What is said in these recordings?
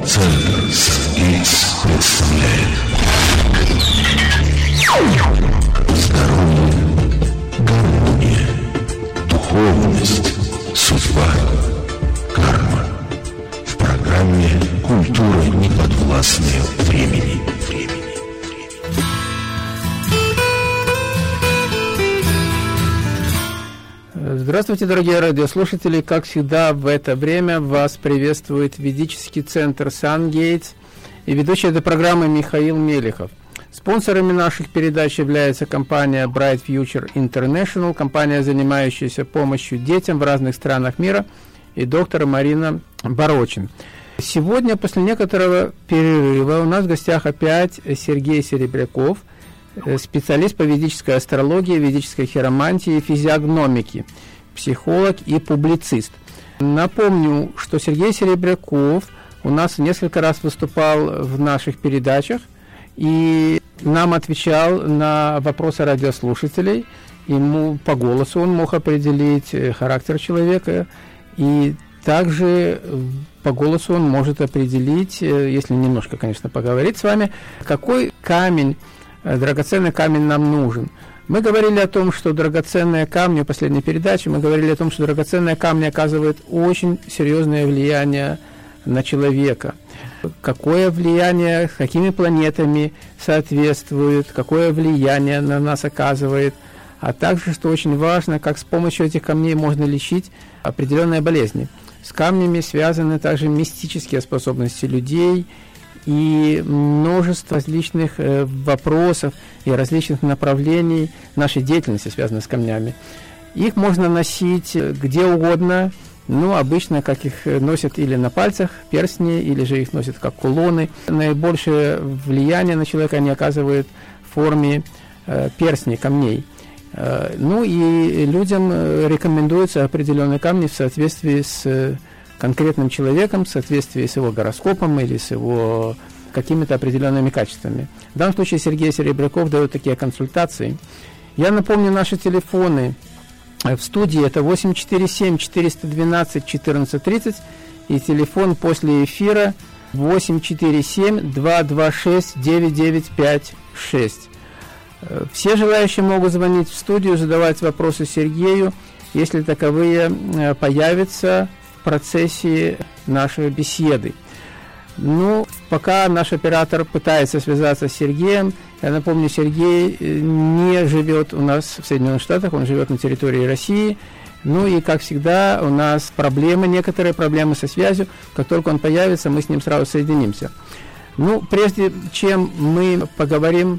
Центр Сангейтс представляет здоровье, гармония, духовность, судьба, карма. В программе «Культура неподвластная времени». Здравствуйте, дорогие радиослушатели! Как всегда, в это время вас приветствует ведический центр Сангейтс и ведущий этой программы Михаил Мелехов. Спонсорами наших передач является компания Bright Future International, компания, занимающаяся помощью детям в разных странах мира, и доктор Марина Барочин. Сегодня, после некоторого перерыва, у нас в гостях опять Сергей Серебряков, специалист по ведической астрологии, ведической хиромантии и физиогномике, психолог и публицист. Напомню, что Сергей Серебряков у нас несколько раз выступал в наших передачах и нам отвечал на вопросы радиослушателей. Ему по голосу он мог определить характер человека, и также по голосу он может определить, если немножко, конечно, поговорить с вами, какой камень, драгоценный камень нам нужен. Мы говорили о том, что драгоценные камни, в последней передаче мы говорили о том, что драгоценные камни оказывают очень серьезное влияние на человека. Какое влияние, какими планетами соответствует, какое влияние на нас оказывает, а также, что очень важно, как с помощью этих камней можно лечить определенные болезни. С камнями связаны также мистические способности людей и множество различных вопросов и различных направлений нашей деятельности, связанных с камнями. Их можно носить где угодно, обычно, как их носят или на пальцах, перстни, или же их носят как кулоны. Наибольшее влияние на человека они оказывают в форме перстней, камней. И людям рекомендуются определенные камни в соответствии с конкретным человеком, в соответствии с его гороскопом или с его какими-то определенными качествами. В данном случае Сергей Серебряков дает такие консультации. Я напомню наши телефоны в студии. Это 847-412-1430 и телефон после эфира 847-226-9956. Все желающие могут звонить в студию, задавать вопросы Сергею, если таковые появятся в процессе нашей беседы. Пока наш оператор пытается связаться с Сергеем, я напомню, Сергей не живет у нас в Соединенных Штатах, он живет на территории России. И, как всегда, у нас некоторые проблемы со связью. Как только он появится, мы с ним сразу соединимся. Прежде чем мы поговорим,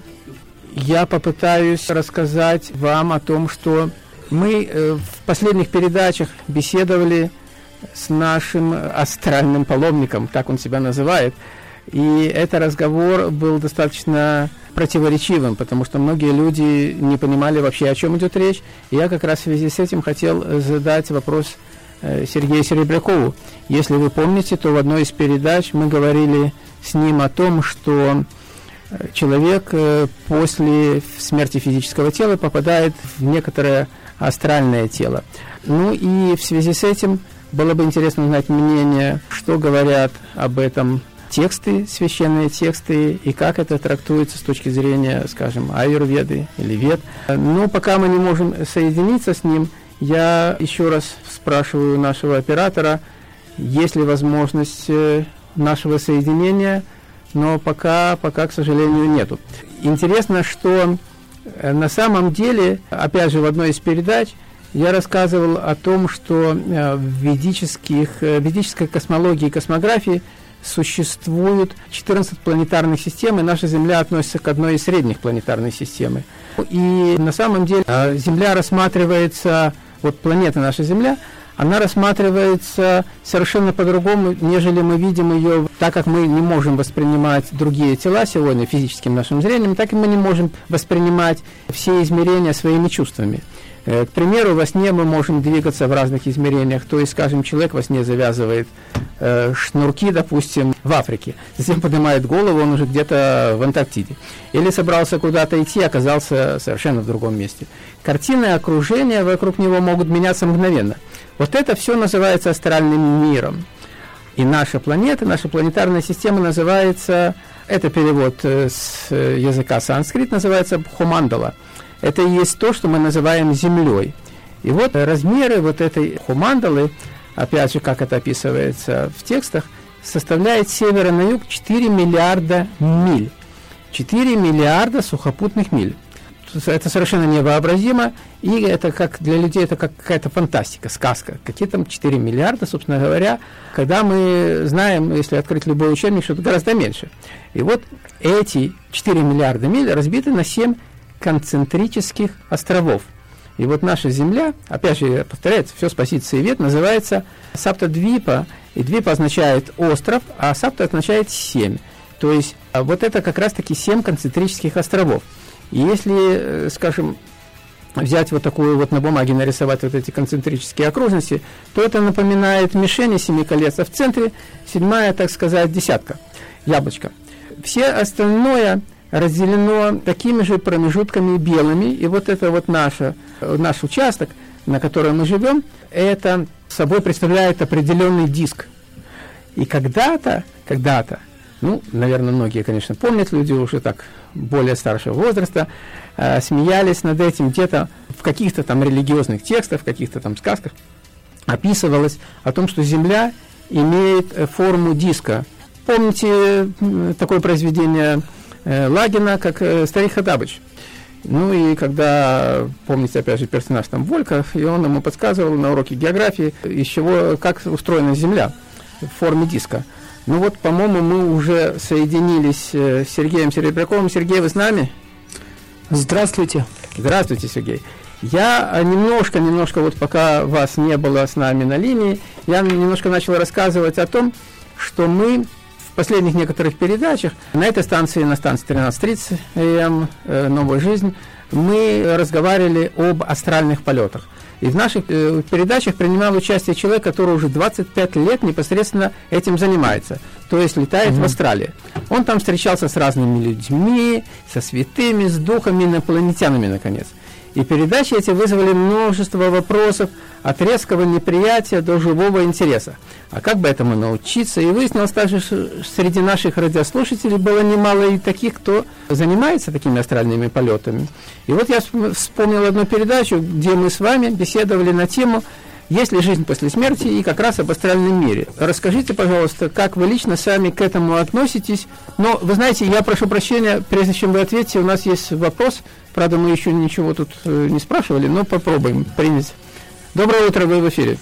я попытаюсь рассказать вам о том, что мы в последних передачах беседовали с нашим астральным паломником, так он себя называет. И этот разговор был достаточно противоречивым, потому что многие люди не понимали вообще, о чем идет речь. И я как раз в связи с этим хотел задать вопрос Сергею Серебрякову. Если вы помните, то в одной из передач мы говорили с ним о том, что человек после смерти физического тела попадает в некоторое астральное тело. И в связи с этим было бы интересно узнать мнение, что говорят об этом тексты, священные тексты, и как это трактуется с точки зрения, скажем, аюрведы или вед. Пока мы не можем соединиться с ним, я еще раз спрашиваю нашего оператора, есть ли возможность нашего соединения, но пока, к сожалению, нету. Интересно, что на самом деле, опять же, в одной из передач я рассказывал о том, что в ведической космологии и космографии существует 14 планетарных систем, и наша Земля относится к одной из средних планетарных систем. И на самом деле Земля рассматривается, планета наша Земля, она рассматривается совершенно по-другому, нежели мы видим ее, так как мы не можем воспринимать другие тела сегодня физическим нашим зрением, так и мы не можем воспринимать все измерения своими чувствами. К примеру, во сне мы можем двигаться в разных измерениях, то есть, скажем, человек во сне завязывает шнурки, допустим, в Африке, затем поднимает голову, он уже где-то в Антарктиде. Или собрался куда-то идти, оказался совершенно в другом месте. Картины окружения вокруг него могут меняться мгновенно. Вот это все называется астральным миром. И наша планетарная система называется, это перевод с языка санскрит, называется Бхумандала. Это и есть то, что мы называем Землей. И вот размеры вот этой Бхумандалы, опять же, как это описывается в текстах, составляет с севера на юг 4 миллиарда миль. 4 миллиарда сухопутных миль. Это совершенно невообразимо, и это как для людей это как какая-то фантастика, сказка. Какие там 4 миллиарда, собственно говоря, когда мы знаем, если открыть любой учебник, что это гораздо меньше. И вот эти 4 миллиарда миль разбиты на 7 концентрических островов. И вот наша Земля, опять же, повторяется, все с позиции вет, называется Саптадвипа, и двипа означает остров, а Сапта означает 7. То есть вот это как раз-таки 7 концентрических островов. И если, скажем, взять вот такую вот на бумаге, нарисовать вот эти концентрические окружности, то это напоминает мишени 7 колец, а в центре 7-я, так сказать, десятка, яблочко. Все остальное разделено такими же промежутками белыми, и вот это вот наш участок, на котором мы живем, это собой представляет определенный диск. И когда-то, ну, наверное, многие, конечно, помнят, люди уже так более старшего возраста, смеялись над этим, где-то в каких-то там религиозных текстах, в каких-то там сказках описывалось о том, что Земля имеет форму диска. Помните такое произведение Лагина, как «Старик Хоттабыч»? Ну и когда, помните, опять же, персонаж там Волька, и он ему подсказывал на уроке географии, из чего, как устроена Земля в форме диска. Ну вот, по-моему, мы уже соединились с Сергеем Серебряковым. Сергей, вы с нами? Здравствуйте. Здравствуйте, Сергей. Я немножко, вот пока вас не было с нами на линии, я немножко начал рассказывать о том, что мы в последних некоторых передачах, на этой станции, на станции 13:30 АМ «Новая жизнь», мы разговаривали об астральных полетах. И в наших передачах принимал участие человек, который уже 25 лет непосредственно этим занимается. То есть летает в астрале. Он там встречался с разными людьми, со святыми, с духами, инопланетянами, наконец. И передачи эти вызвали множество вопросов от резкого неприятия до живого интереса. А как бы этому научиться? И выяснилось также, что среди наших радиослушателей было немало и таких, кто занимается такими астральными полетами. И вот я вспомнил одну передачу, где мы с вами беседовали на тему «Есть ли жизнь после смерти?» и как раз об астральном мире. Расскажите, пожалуйста, как вы лично сами к этому относитесь? Но, вы знаете, я прошу прощения, прежде чем вы ответите, у нас есть вопрос. Правда, мы еще ничего тут не спрашивали, но попробуем принять. Доброе утро, вы в эфире.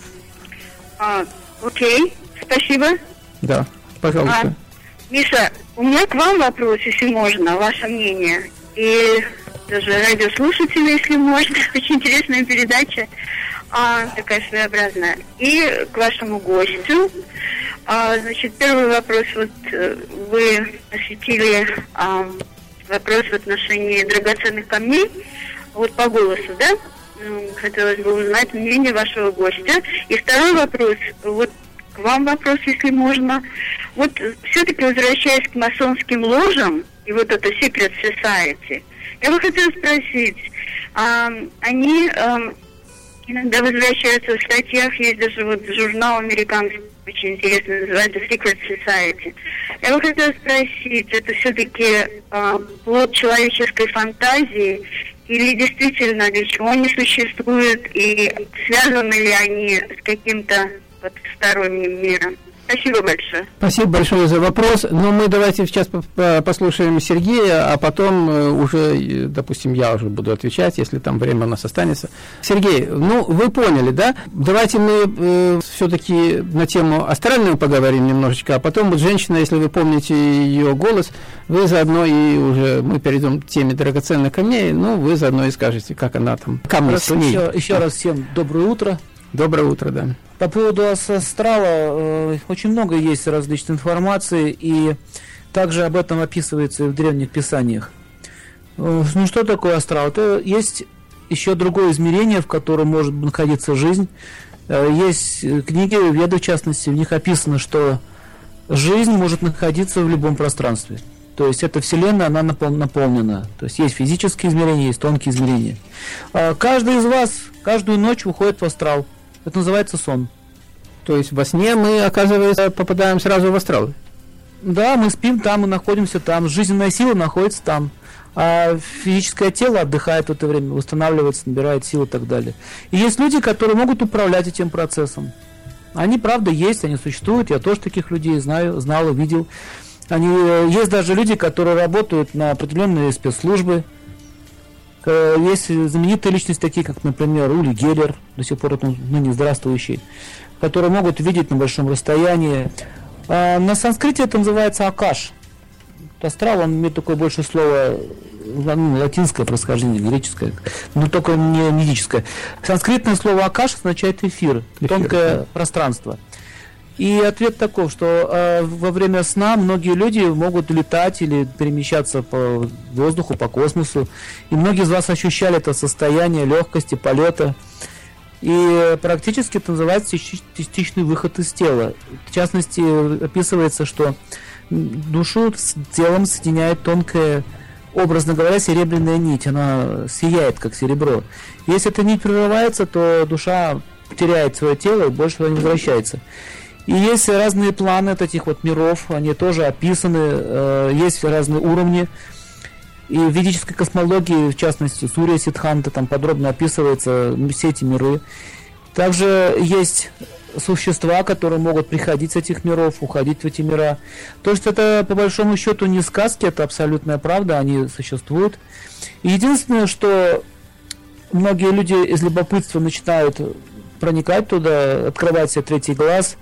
Окей, спасибо. Да, пожалуйста. Миша, у меня к вам вопрос, если можно, ваше мнение. И даже радиослушатели, если можно. Очень интересная передача, такая своеобразная. И к вашему гостю. Значит, первый вопрос. Вот вы осветили вопрос в отношении драгоценных камней. Вот по голосу, да? Хотелось бы узнать мнение вашего гостя. И второй вопрос, вот к вам вопрос, если можно. Вот все-таки возвращаясь к масонским ложам, и вот это Secret Society, я бы хотела спросить, они иногда возвращаются в статьях, есть даже вот журнал американский, очень интересно, называется Secret Society. Я бы хотела спросить, это все-таки плод человеческой фантазии, или действительно для чего они существуют, и связаны ли они с каким-то сторонним миром? Спасибо большое. Спасибо большое за вопрос. Но мы давайте сейчас послушаем Сергея, а потом уже, допустим, я уже буду отвечать, если там время у нас останется. Сергей, ну, вы поняли, да? Давайте мы все-таки на тему астральную поговорим немножечко, а потом вот женщина, если вы помните ее голос, вы заодно и уже мы перейдем к теме драгоценных камней, ну, вы заодно и скажете, как она там, камни с ней. Еще раз всем доброе утро. Доброе утро, да. По поводу астрала очень много есть различной информации, и также об этом описывается и в древних писаниях. Ну, что такое астрал? Это есть еще другое измерение, в котором может находиться жизнь. Есть книги, веды в частности, в них описано, что жизнь может находиться в любом пространстве. То есть эта Вселенная, она наполнена. То есть есть физические измерения, есть тонкие измерения. Каждый из вас каждую ночь уходит в астрал. Это называется сон. То есть во сне мы, оказывается, попадаем сразу в астрал? Да, мы спим там, мы находимся там, жизненная сила находится там, а физическое тело отдыхает в это время, восстанавливается, набирает силы и так далее. И есть люди, которые могут управлять этим процессом. Они, правда, есть, они существуют, я тоже таких людей знал и видел. Есть даже люди, которые работают на определенные спецслужбы. Есть знаменитые личности, такие как, например, Ули Геллер, до сих пор ныне здравствующий, которые могут видеть на большом расстоянии. На санскрите это называется акаш. Астрал, он имеет такое больше слово, латинское происхождение, греческое, но только не медическое. Санскритное слово акаш означает эфир, тонкое пространство. И ответ таков, что во время сна многие люди могут летать или перемещаться по воздуху, по космосу. И многие из вас ощущали это состояние легкости, полета. И практически это называется частичный выход из тела. В частности, описывается, что душу с телом соединяет тонкая, образно говоря, серебряная нить. Она сияет, как серебро. Если эта нить прерывается, то душа теряет свое тело и больше туда не возвращается. И есть разные планы этих вот миров, они тоже описаны, есть разные уровни. И в ведической космологии, в частности, Сурья Сиддханта, там подробно описываются все эти миры. Также есть существа, которые могут приходить с этих миров, уходить в эти мира. То есть это, по большому счету, не сказки, это абсолютная правда, они существуют. И единственное, что многие люди из любопытства начинают проникать туда, открывать себе третий глаз,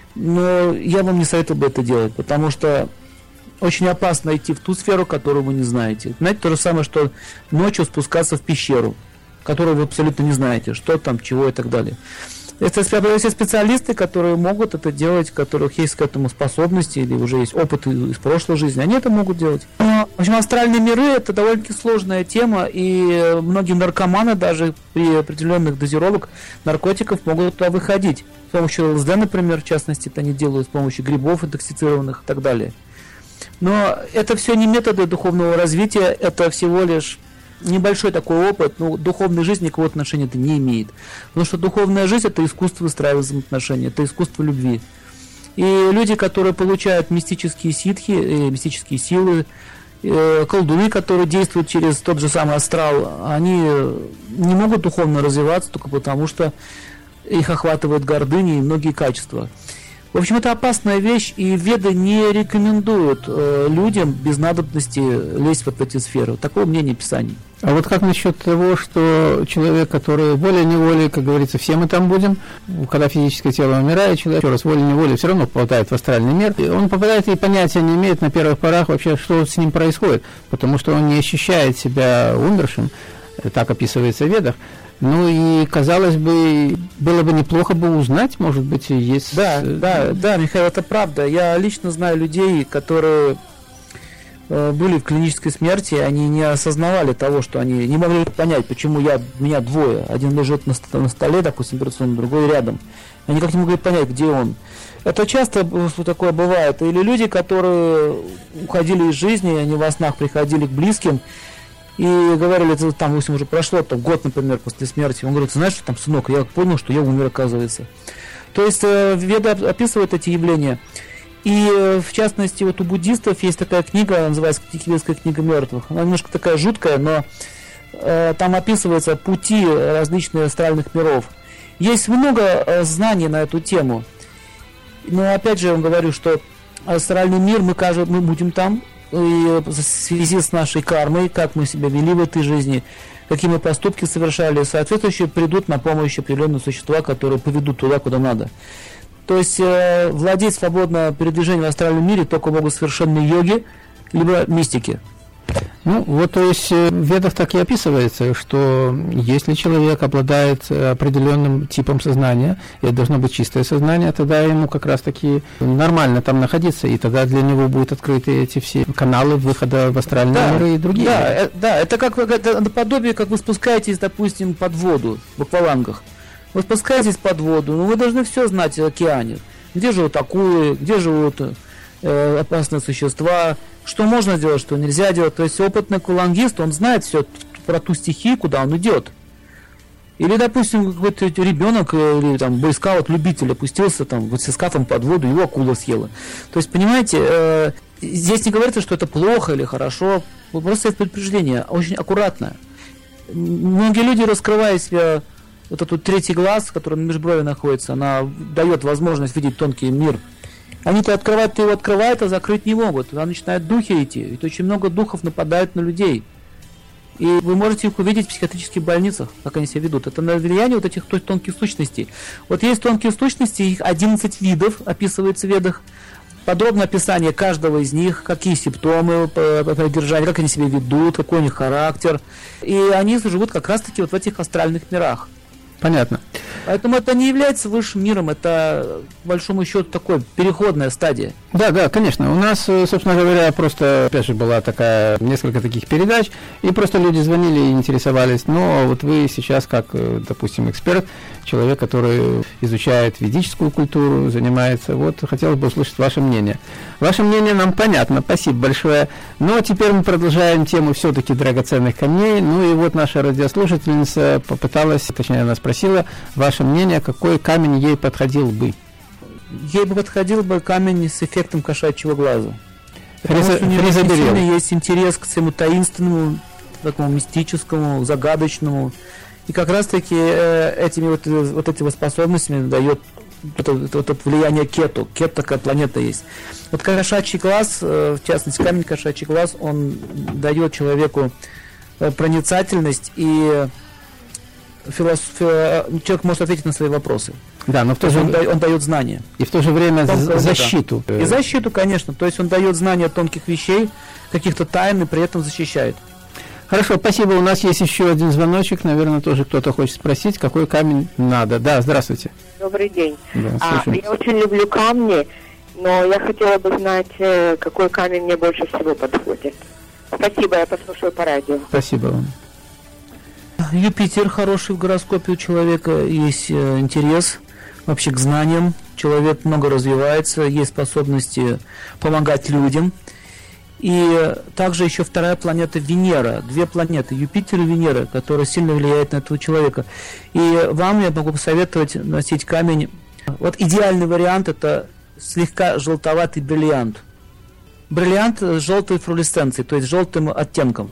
но я вам не советую бы это делать, потому что очень опасно идти в ту сферу, которую вы не знаете. Знаете, то же самое, что ночью спускаться в пещеру, которую вы абсолютно не знаете, что там, чего и так далее. Это все специалисты, которые могут это делать, у которых есть к этому способности или уже есть опыт из прошлой жизни, они это могут делать. Но, в общем, астральные миры – это довольно-таки сложная тема, и многие наркоманы даже при определенных дозировках наркотиков могут туда выходить. С помощью ЛСД, например, в частности, это они делают с помощью грибов интоксицированных и так далее. Но это все не методы духовного развития, это всего лишь небольшой такой опыт, но духовной жизни никакого отношения это не имеет. Потому что духовная жизнь – это искусство выстраивать взаимоотношения, это искусство любви. И люди, которые получают мистические ситхи, мистические силы, колдуны, которые действуют через тот же самый астрал, они не могут духовно развиваться только потому, что их охватывает гордыня и многие качества. В общем, это опасная вещь, и веды не рекомендуют людям без надобности лезть вот в эти сферы. Такое мнение Писаний. А вот как насчет того, что человек, который волей-неволей, как говорится, все мы там будем, когда физическое тело умирает, человек, еще раз, волей-неволей все равно попадает в астральный мир, и он попадает и понятия не имеет на первых порах вообще, что с ним происходит, потому что он не ощущает себя умершим, так описывается в ведах. Ну и, казалось бы, было бы неплохо бы узнать, может быть, есть... Да, Михаил, это правда. Я лично знаю людей, которые были в клинической смерти, они не осознавали того, что они не могли понять, почему меня двое. Один лежит на столе, допустим, операционный, другой рядом. Они никак не могли понять, где он. Это часто такое бывает. Или люди, которые уходили из жизни, они во снах приходили к близким, и говорили, там, если уже прошло год, например, после смерти, он говорит, знаешь, что там, сынок, я понял, что я умер, оказывается. То есть веды описывают эти явления. И, в частности, вот у буддистов есть такая книга, называется «Тибетская книга мертвых». Она немножко такая жуткая, но там описываются пути различных астральных миров. Есть много знаний на эту тему. Но, опять же, я вам говорю, что астральный мир, мы будем там, и в связи с нашей кармой, как мы себя вели в этой жизни, какие мы поступки совершали, соответствующие придут на помощь определенные существа, которые поведут туда, куда надо. То есть владеть свободно передвижением в астральном мире только могут совершенные йоги, либо мистики. Ну, вот, то есть в ведах так и описывается, что если человек обладает определенным типом сознания, и это должно быть чистое сознание, тогда ему как раз-таки нормально там находиться, и тогда для него будут открыты эти все каналы выхода в астральные миры и другие. Да, это как это наподобие, как вы спускаетесь, допустим, под воду в аквалангах. Вы спускаетесь под воду, но вы должны все знать о океане. Где живут акулы, где живут опасные существа, что можно сделать, что нельзя делать. То есть опытный аквалангист, он знает все про ту стихию, куда он идет. Или, допустим, какой-то ребенок или там бойскаут, любитель опустился там вот со скафом под воду, его акула съела. То есть, понимаете, здесь не говорится, что это плохо или хорошо, просто это предупреждение, очень аккуратно. Многие люди, раскрывая себе вот этот третий глаз, который на межброви находится, она дает возможность видеть тонкий мир. Они-то его открывают, а закрыть не могут. Туда начинают духи идти. Ведь очень много духов нападают на людей. И вы можете их увидеть в психиатрических больницах, как они себя ведут. Это на влияние вот этих тонких сущностей. Вот есть тонкие сущности, их 11 видов описывается в Ведах. Подробное описание каждого из них, какие симптомы поддержания, как они себя ведут, какой у них характер. И они живут как раз-таки вот в этих астральных мирах. Понятно. Поэтому это не является высшим миром, это, по большому счету, такой переходная стадия. Да, конечно. У нас, собственно говоря, просто, опять же, была несколько таких передач, и просто люди звонили и интересовались. Но вот вы сейчас, как, допустим, эксперт, человек, который изучает ведическую культуру, занимается, вот хотелось бы услышать ваше мнение. Ваше мнение нам понятно, спасибо большое. Но теперь мы продолжаем тему все-таки драгоценных камней. Ну и вот наша радиослушательница попыталась, точнее, она спросила ваше мнение, какой камень ей подходил бы. Ей бы подходил камень с эффектом кошачьего глаза. Потому что у нее действительно есть интерес к своему таинственному, такому мистическому, загадочному. И как раз-таки этими вот этими способностями дает это влияние Кету. Кет такая планета есть. Вот кошачий глаз, в частности камень кошачий глаз, он дает человеку проницательность, и человек может ответить на свои вопросы. Да, но в то же время он дает знания. И в то же время защиту. И защиту, конечно. То есть он дает знания тонких вещей, каких-то тайн, и при этом защищает. Хорошо, спасибо. У нас есть еще один звоночек. Наверное, тоже кто-то хочет спросить, какой камень надо. Да, здравствуйте. Добрый день. Да, я очень люблю камни, но я хотела бы знать, какой камень мне больше всего подходит. Спасибо, я послушаю по радио. Спасибо вам. Юпитер хороший в гороскопе у человека, есть интерес вообще к знаниям, человек много развивается, есть способности помогать людям. И также еще вторая планета Венера, две планеты, Юпитер и Венера, которые сильно влияют на этого человека. И вам я могу посоветовать носить камень. Вот идеальный вариант — это слегка желтоватый бриллиант. Бриллиант с желтой флуоресценцией, то есть желтым оттенком.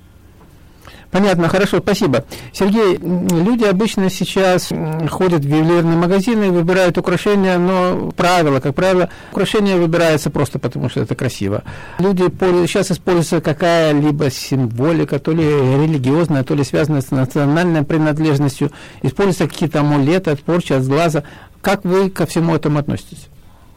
Понятно, хорошо, спасибо. Сергей, люди обычно сейчас ходят в ювелирные магазины и выбирают украшения, но как правило, украшения выбираются просто потому, что это красиво. Люди сейчас используется какая-либо символика, то ли религиозная, то ли связанная с национальной принадлежностью, используются какие-то амулеты от порчи, от сглаза. Как вы ко всему этому относитесь?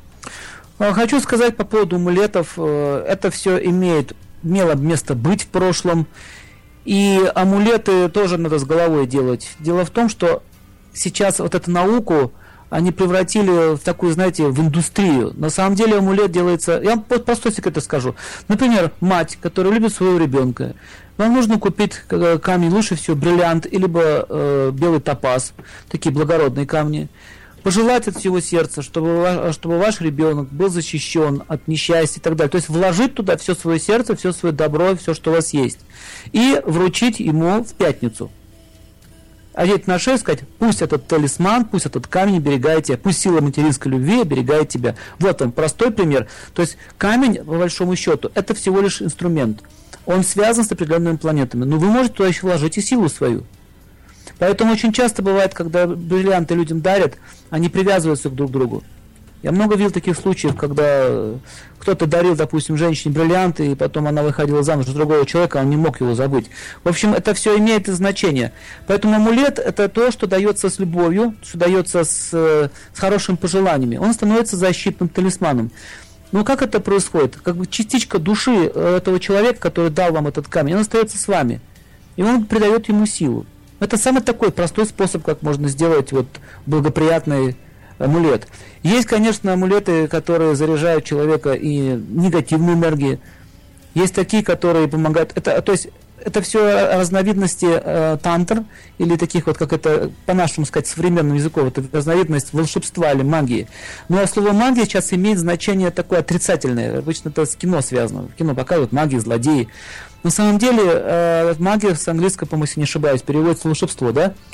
Хочу сказать по поводу амулетов. Это все имело место быть в прошлом. И амулеты тоже надо с головой делать. Дело в том, что сейчас вот эту науку они превратили в такую, знаете, в индустрию. На самом деле амулет делается... Я вам простой секрет скажу. Например, мать, которая любит своего ребенка. Вам нужно купить камень, лучше всего бриллиант, либо белый топаз, такие благородные камни. Пожелать от всего сердца, чтобы ваш ребенок был защищен от несчастья и так далее. То есть вложить туда все свое сердце, все свое добро, все, что у вас есть. И вручить ему в пятницу. Одеть на шею, сказать: пусть этот талисман, пусть этот камень оберегает тебя, пусть сила материнской любви оберегает тебя. Вот он, простой пример. То есть камень, по большому счету, это всего лишь инструмент. Он связан с определенными планетами. Но вы можете туда еще вложить и силу свою. Поэтому очень часто бывает, когда бриллианты людям дарят, они привязываются друг к другу. Я много видел таких случаев, когда кто-то дарил, допустим, женщине бриллианты, и потом она выходила замуж за другого человека, он не мог его забыть. В общем, это все имеет значение. Поэтому амулет — это то, что дается с любовью, что дается с хорошими пожеланиями. Он становится защитным талисманом. Но как это происходит? Как бы частичка души этого человека, который дал вам этот камень, он остается с вами. И он придает ему силу. Это самый такой простой способ, как можно сделать благоприятный амулет. Есть, конечно, амулеты, которые заряжают человека и негативной энергией. Есть такие, которые помогают. Это все разновидности тантр, или таких как это по-нашему сказать современным языком, это разновидность волшебства или магии. Но слово магия сейчас имеет значение такое отрицательное. Обычно это с кино связано. В кино показывают магии, злодеи. На самом деле магия с английского, по-моему, если не ошибаюсь, переводится волшебство, да?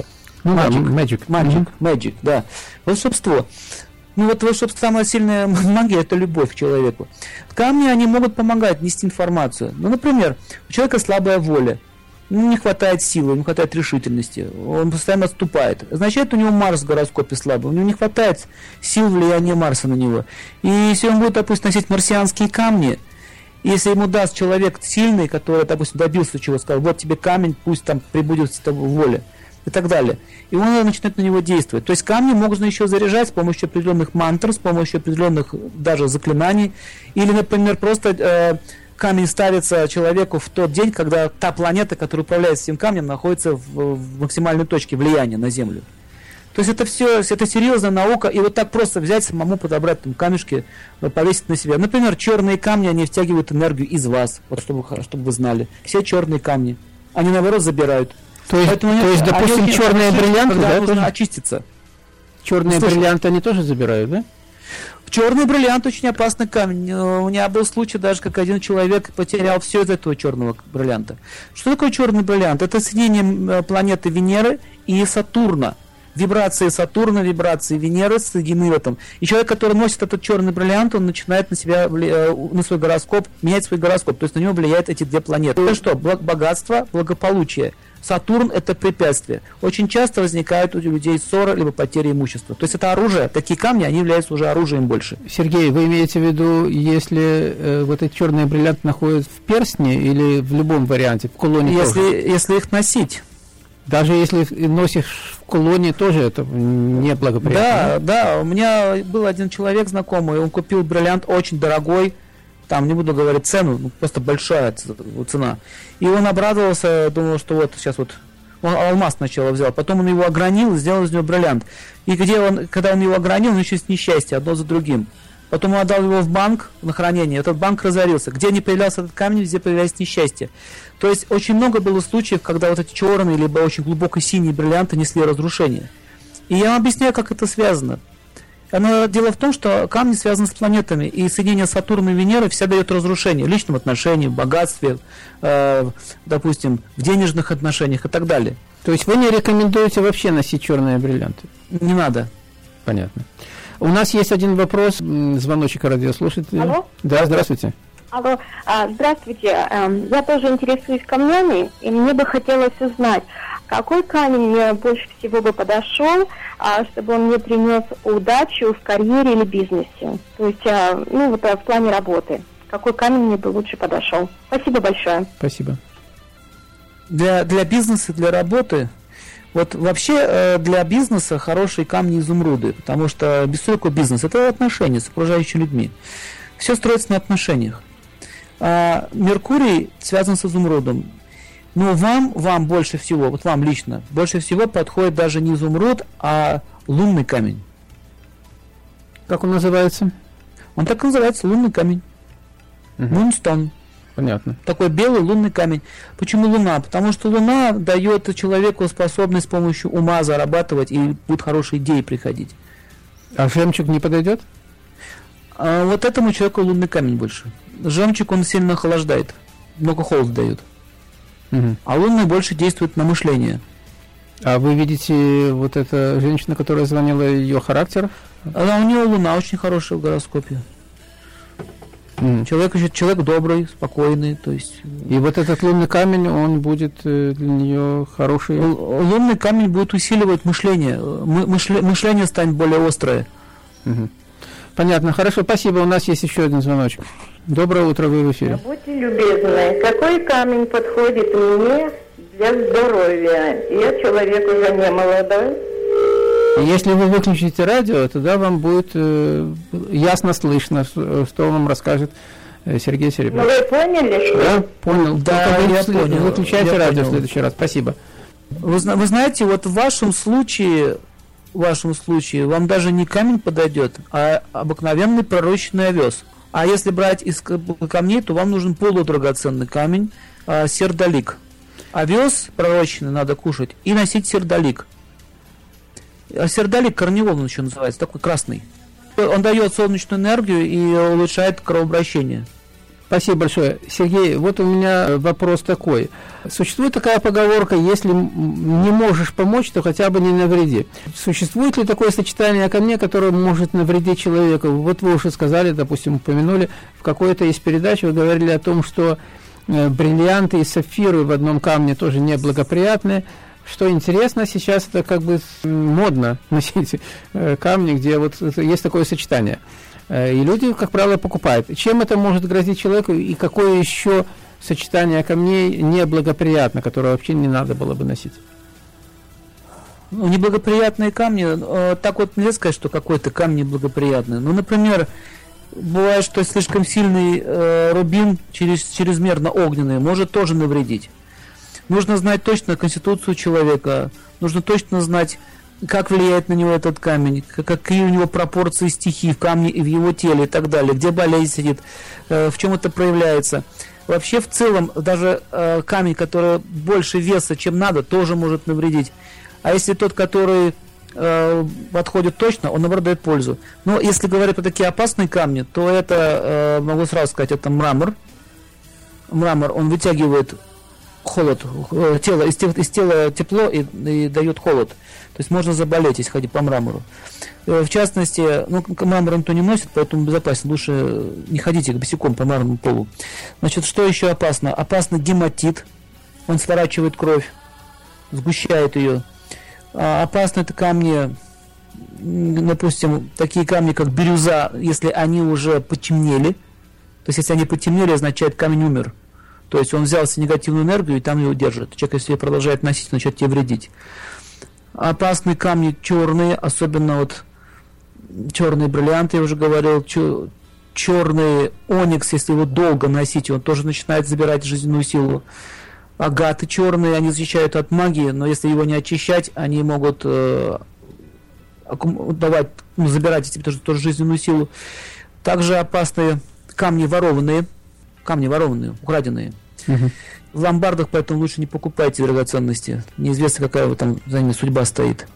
Magic, да. Волшебство. Ну вот волшебство, самая сильная магия – это любовь к человеку. Камни, они могут помогать нести информацию. Ну, например, у человека слабая воля. Не хватает силы, не хватает решительности, он постоянно отступает. Означает, у него Марс в гороскопе слабый, у него не хватает сил влияния Марса на него. И если он будет, допустим, носить марсианские камни, если ему даст человек сильный, который, допустим, добился чего, сказал, вот тебе камень, пусть там прибудет с тобой воля, и так далее. И он начинает на него действовать. То есть камни можно еще заряжать с помощью определенных мантр, с помощью определенных даже заклинаний. Или, например, просто камень ставится человеку в тот день, когда та планета, которая управляет этим камнем, находится в максимальной точке влияния на Землю. То есть это все, это серьезная наука, и вот так просто взять, самому подобрать там камешки, повесить на себя. Например, черные камни, они втягивают энергию из вас, вот чтобы вы знали. Все черные камни, они наоборот забирают. То есть, допустим, черные бриллианты, да, нужно очиститься. Черные бриллианты они тоже забирают, да? Черный бриллиант очень опасный камень. У меня был случай даже, как один человек потерял все из этого черного бриллианта. Что такое черный бриллиант? Это соединение планеты Венеры и Сатурна. Вибрации Сатурна, вибрации Венеры соединены в этом. И человек, который носит этот черный бриллиант, он начинает на себя, на свой гороскоп, менять свой гороскоп. То есть на него влияют эти две планеты. Это что? Богатство, благополучие. Сатурн – это препятствие. Очень часто возникают у людей ссоры, либо потери имущества. То есть это оружие. Такие камни, они являются уже оружием больше. Сергей, вы имеете в виду, если вот эти черные бриллианты находятся в перстне или в любом варианте, в кулоне если их носить. Даже если носишь в кулоне, тоже это неблагоприятно. Да. У меня был один человек знакомый, он купил бриллиант очень дорогой, там не буду говорить цену, просто большая цена. И он обрадовался, думал, что вот сейчас вот он алмаз сначала взял, потом он его огранил и сделал из него бриллиант. И когда он его огранил, он еще с несчастья, одно за другим. Потом он отдал его в банк на хранение, этот банк разорился. Где не появлялся этот камень, везде появлялось несчастье. То есть очень много было случаев, когда вот эти черные, либо очень глубоко синие бриллианты несли разрушение. И я вам объясняю, как это связано. Дело в том, что камни связаны с планетами, и соединение Сатурна и Венеры всегда дает разрушение в личном отношении, в богатстве, допустим, в денежных отношениях и так далее. То есть вы не рекомендуете вообще носить черные бриллианты? Не надо. Понятно. У нас есть один вопрос, звоночек радиослушателя. Алло? Да, здравствуйте. Алло, здравствуйте. Я тоже интересуюсь камнями, и мне бы хотелось узнать, какой камень мне больше всего бы подошел, чтобы он мне принес удачу в карьере или бизнесе. То есть, в плане работы. Какой камень мне бы лучше подошел? Спасибо большое. Спасибо. Для бизнеса, для работы, вот вообще для бизнеса хорошие камни изумруды, потому что без всякого бизнеса это отношения с окружающими людьми. Все строится на отношениях. Меркурий связан с изумрудом. Но вам больше всего, вот вам лично, больше всего подходит даже не изумруд, а лунный камень. Как он называется? Он так и называется, лунный камень. Moonstone. Понятно. Такой белый лунный камень. Почему луна? Потому что луна дает человеку способность с помощью ума зарабатывать и будут хорошие идеи приходить. А жемчуг не подойдет? Вот этому человеку лунный камень больше. Жемчуг он сильно охлаждает, много холода дает. А лунный больше действует на мышление. А вы видите вот эта женщина, которая звонила, ее характер? У нее луна очень хорошая в гороскопе. Человек добрый, спокойный, то есть. И вот этот лунный камень, он будет для нее хороший. Лунный камень будет усиливать мышление. Мышление станет более острое. Понятно, хорошо, спасибо. У нас есть еще один звоночек. Доброе утро, вы в эфире. Будьте любезны, какой камень подходит мне для здоровья? Я человек уже не молодой. Если вы выключите радио, тогда вам будет ясно слышно, что вам расскажет Сергей Серебряков. Ну, вы поняли, что? Да, понял. Да, я понял. Выключайте радио в следующий раз. Спасибо. Вы знаете, вот в вашем случае вам даже не камень подойдет, а обыкновенный пророщенный овес. А если брать из камней, то вам нужен полудрагоценный камень, сердолик. Овес пророщенный надо кушать и носить сердолик. Сердолик корневол он еще называется, такой красный. Он дает солнечную энергию и улучшает кровообращение. Спасибо большое. Сергей, вот у меня вопрос такой. Существует такая поговорка: если не можешь помочь, то хотя бы не навреди. Существует ли такое сочетание камней, которое может навредить человеку? Вот вы уже сказали, допустим, упомянули, в какой-то из передач вы говорили о том, что бриллианты и сапфиры в одном камне тоже неблагоприятны. Что интересно, сейчас это как бы модно носить камни, где вот есть такое сочетание. И люди, как правило, покупают. Чем это может грозить человеку, и какое еще сочетание камней неблагоприятно, которое вообще не надо было бы носить? Ну, неблагоприятные камни, так вот нельзя сказать, что какой-то камень неблагоприятный. Ну, например, бывает, что слишком сильный рубин, чрезмерно огненный, может тоже навредить. Нужно знать точно конституцию человека, нужно точно знать, как влияет на него этот камень, какие у него пропорции стихий в камне и в его теле и так далее, где болезнь сидит, в чем это проявляется. Вообще, в целом, даже камень, который больше веса, чем надо, тоже может навредить. А если тот, который подходит точно, он, наоборот, дает пользу. Но если говорить про такие опасные камни, то это, могу сразу сказать, это мрамор. Мрамор, он вытягивает холод, из тела тепло и дает холод. То есть можно заболеть, если ходить по мрамору. В частности, мрамор никто не носит, поэтому безопасно. Лучше не ходите босиком по мраморному полу. Значит, что еще опасно? Опасно гематит. Он сворачивает кровь, сгущает ее. Опасны это камни, допустим, такие камни, как бирюза, если они уже потемнели. То есть, если они потемнели, означает, камень умер. То есть, он взял себе негативную энергию и там его держит. Человек, если ее продолжает носить, начнет тебе вредить. Опасные камни черные, особенно вот черные бриллианты, я уже говорил, черный оникс, если его долго носить, он тоже начинает забирать жизненную силу. Агаты черные, они защищают от магии, но если его не очищать, они могут забирать тебе тоже жизненную силу. Также опасные камни ворованные, украденные. Угу. В ломбардах, поэтому лучше не покупайте драгоценности. Неизвестно, какая там за ними судьба стоит.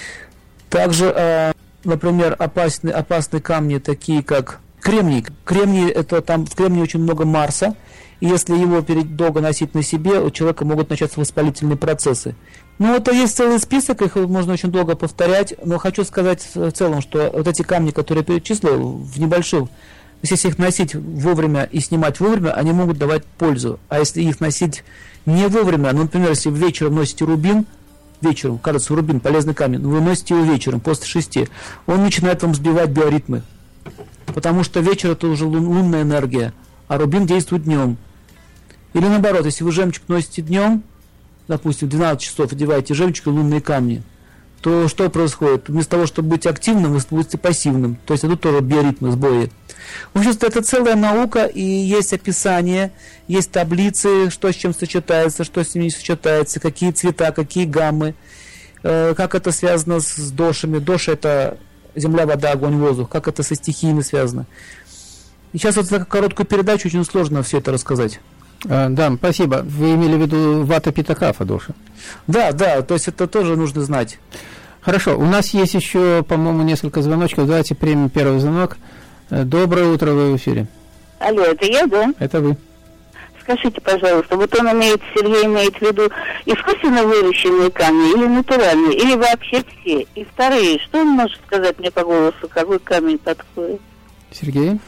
Также, например, опасные камни, такие как кремний. Кремний, это там в кремнии очень много Марса. И если его долго носить на себе, у человека могут начаться воспалительные процессы. Ну, это есть целый список, их можно очень долго повторять. Но хочу сказать в целом, что вот эти камни, которые я перечислил, в небольших, если их носить вовремя и снимать вовремя, они могут давать пользу. А если их носить не вовремя, например, если вечером носите рубин, вечером, кажется, рубин полезный камень, но вы носите его вечером, после 6, он начинает вам сбивать биоритмы. Потому что вечер это уже лунная энергия, а рубин действует днем. Или наоборот, если вы жемчуг носите днем, допустим, в 12 часов одеваете жемчуг и лунные камни, то что происходит? Вместо того, чтобы быть активным, вы будете пассивным. То есть это тоже биоритмы, сбои. В общем, это целая наука, и есть описание, есть таблицы, что с чем сочетается, что с ним не сочетается, какие цвета, какие гаммы, как это связано с дошами. Доши – это земля, вода, огонь, воздух. Как это со стихиями связано. И сейчас вот за короткую передачу очень сложно все это рассказать. Да, спасибо. Вы имели в виду вата питакафа, доши? Да, то есть это тоже нужно знать. Хорошо, у нас есть еще, по-моему, несколько звоночков. Давайте примем первый звонок. Доброе утро, вы в эфире. Алло, это я, да? Это вы. Скажите, пожалуйста, вот Сергей имеет в виду искусственно выращенные камни или натуральные, или вообще все? И вторые, что он может сказать мне по голосу, какой камень подходит? Сергей?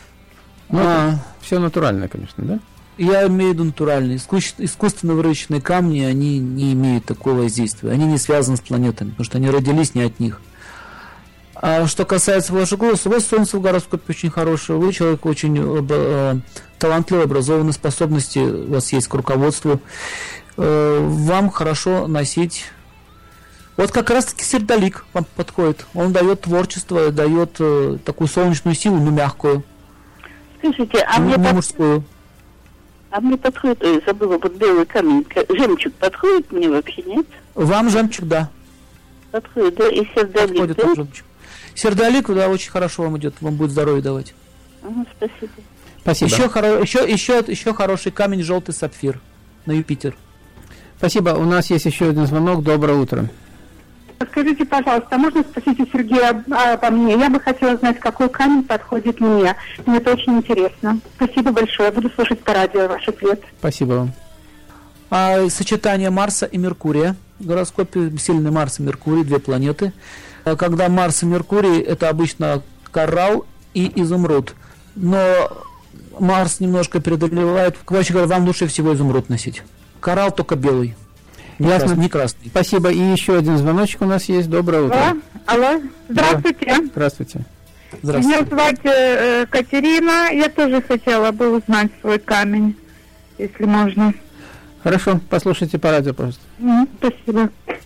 Все натуральное, конечно, да? Я имею в виду натуральные. Искусственно выращенные камни, они не имеют такого воздействия. Они не связаны с планетами, потому что они родились не от них. А что касается вашего голоса, у вас солнце в гороскопе очень хорошее, вы человек очень талантливый, образованный, способности у вас есть к руководству. Вам хорошо носить. Вот как раз-таки сердолик вам подходит. Он дает творчество, дает такую солнечную силу, но мягкую. Скажите, мужскую. А мне подходит, забыла, вот белый камень, жемчуг подходит мне вообще, нет? Вам жемчуг, да. Подходит, да, и сердолик, подходит, да? Жемчуг. Сердолик, да, очень хорошо вам идет, вам будет здоровье давать. Спасибо. Спасибо. Еще хороший камень, желтый сапфир на Юпитер. Спасибо. У нас есть еще один звонок. Доброе утро. Скажите, пожалуйста, можно спросить у Сергея обо мне? Я бы хотела знать, какой камень подходит мне. Мне это очень интересно. Спасибо большое. Буду слушать по радио ваш ответ. Спасибо вам. А сочетание Марса и Меркурия. В гороскопе сильный Марс и Меркурий, 2 планеты. Когда Марс и Меркурий, это обычно коралл и изумруд. Но Марс немножко преодолевает. Короче говоря, вам лучше всего изумруд носить. Коралл только белый. Ясно. Не красный. Спасибо. И еще один звоночек у нас есть. Доброе утро. Алло. Здравствуйте. Да. Здравствуйте. Меня зовут Катерина. Я тоже хотела бы узнать свой камень, если можно. Хорошо. Послушайте по радио, пожалуйста. Спасибо.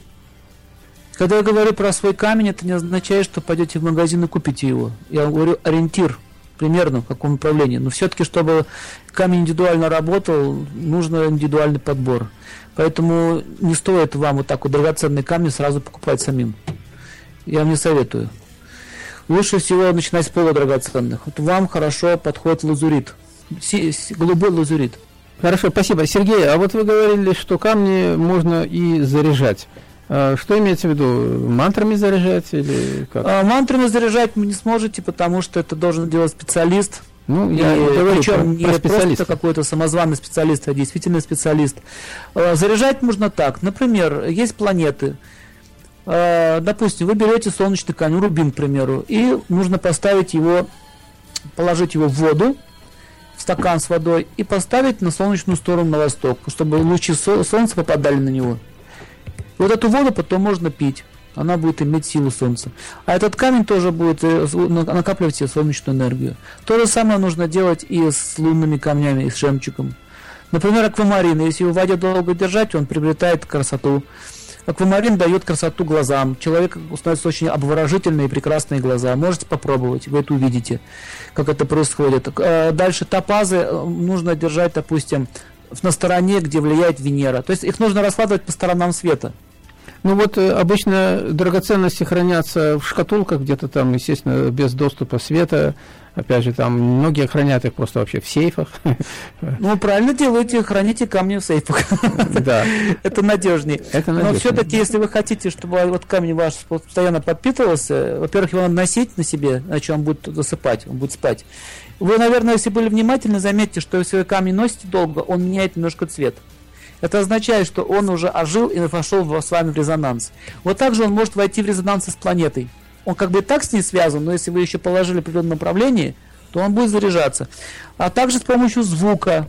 Когда я говорю про свой камень, это не означает, что пойдете в магазин и купите его. Я говорю ориентир, примерно в каком направлении. Но все-таки, чтобы камень индивидуально работал, нужно индивидуальный подбор. Поэтому не стоит вам вот так вот драгоценные камни сразу покупать самим. Я вам не советую. Лучше всего начинать с полудрагоценных. Вот вам хорошо подходит лазурит. Голубой лазурит. Хорошо, спасибо. Сергей, а вот вы говорили, что камни можно и заряжать. Что имеется в виду? Мантрами заряжать или как? Мантрами заряжать вы не сможете, потому что это должен делать специалист. Ну, я говорю причем про не специалиста. просто какой-то самозваный специалист, а действительно специалист. Заряжать можно так. Например, есть планеты. Допустим, вы берете солнечный камень, рубин, к примеру, и нужно поставить его, положить его в воду, в стакан с водой, и поставить на солнечную сторону, на восток, чтобы лучи солнца попадали на него. И вот эту воду потом можно пить. Она будет иметь силу солнца. А этот камень тоже будет накапливать себе солнечную энергию. То же самое нужно делать и с лунными камнями, и с жемчугом. Например, аквамарин. Если его в воде долго держать, он приобретает красоту. Аквамарин дает красоту глазам. Человек становится очень обворожительные и прекрасные глаза. Можете попробовать, вы это увидите, как это происходит. Дальше топазы нужно держать, допустим, на стороне, где влияет Венера. То есть их нужно раскладывать по сторонам света. Ну вот обычно драгоценности хранятся в шкатулках где-то там, естественно, без доступа света. Опять же, там многие хранят их просто вообще в сейфах. Ну, правильно делаете, храните камни в сейфах. Да. Это надежнее. Но все-таки, если вы хотите, чтобы вот камень ваш постоянно подпитывался, во-первых, его надо носить на себе, иначе он будет засыпать, он будет спать. Вы, наверное, если были внимательны, заметите, что если вы камень носите долго, он меняет немножко цвет. Это означает, что он уже ожил и вошел с вами в резонанс. Вот так же он может войти в резонанс с планетой. Он как бы и так с ней связан, но если вы еще положили в определенном направлении, то он будет заряжаться. А также с помощью звука.